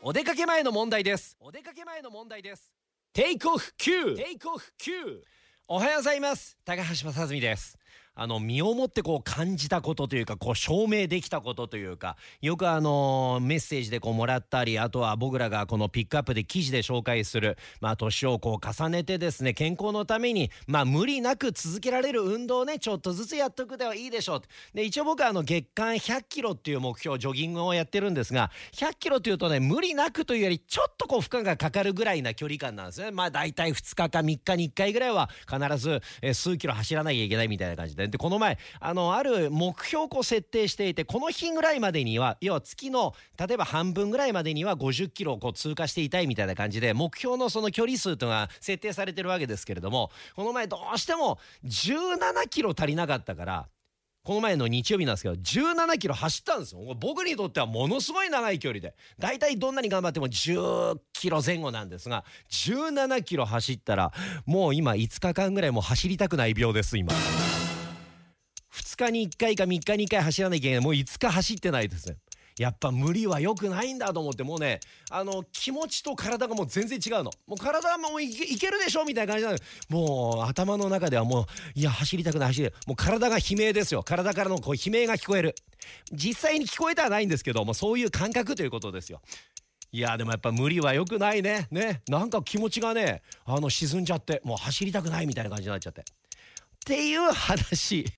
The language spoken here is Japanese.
お出かけ前の問題です。テイクオフ Q。 おはようございます。高橋正純です。身をもって感じたことというか、証明できたことというか、よくメッセージでもらったり、あとは僕らがこのピックアップで記事で紹介する、年を重ねてですね、健康のために無理なく続けられる運動をね、ちょっとずつやっとくではいいでしょう。で、一応僕は月間100キロっていう目標、ジョギングをやってるんですが、100キロというとね、無理なくというよりちょっと負荷がかかるぐらいな距離感なんですね。だいたい2日か3日に1回ぐらいは必ず数キロ走らなきゃいけないみたいな感じで、この前ある目標を設定していて、この日ぐらいまでには、要は月の例えば半分ぐらいまでには50キロを通過していたいみたいな感じで、目標のその距離数というのが設定されてるわけですけれども、この前どうしても17キロ足りなかったから、この前の日曜日なんですけど17キロ走ったんですよ。僕にとってはものすごい長い距離で、だいたいどんなに頑張っても10キロ前後なんですが、17キロ走ったらもう今5日間ぐらいもう走りたくない病です。今2日に1回か3日に1回走らなきゃいけない。もう5日走ってないですね。やっぱ無理は良くないんだと思って、もうね、気持ちと体がもう全然違うの。もう体はもういけるでしょみたいな感じなの。もう頭の中ではもう、いや走りたくないもう体が悲鳴ですよ。体からの悲鳴が聞こえる。実際に聞こえてはないんですけども、そういう感覚ということですよ。いやでもやっぱ無理は良くないね。なんか気持ちがね、沈んじゃって、もう走りたくないみたいな感じになっちゃってっていう話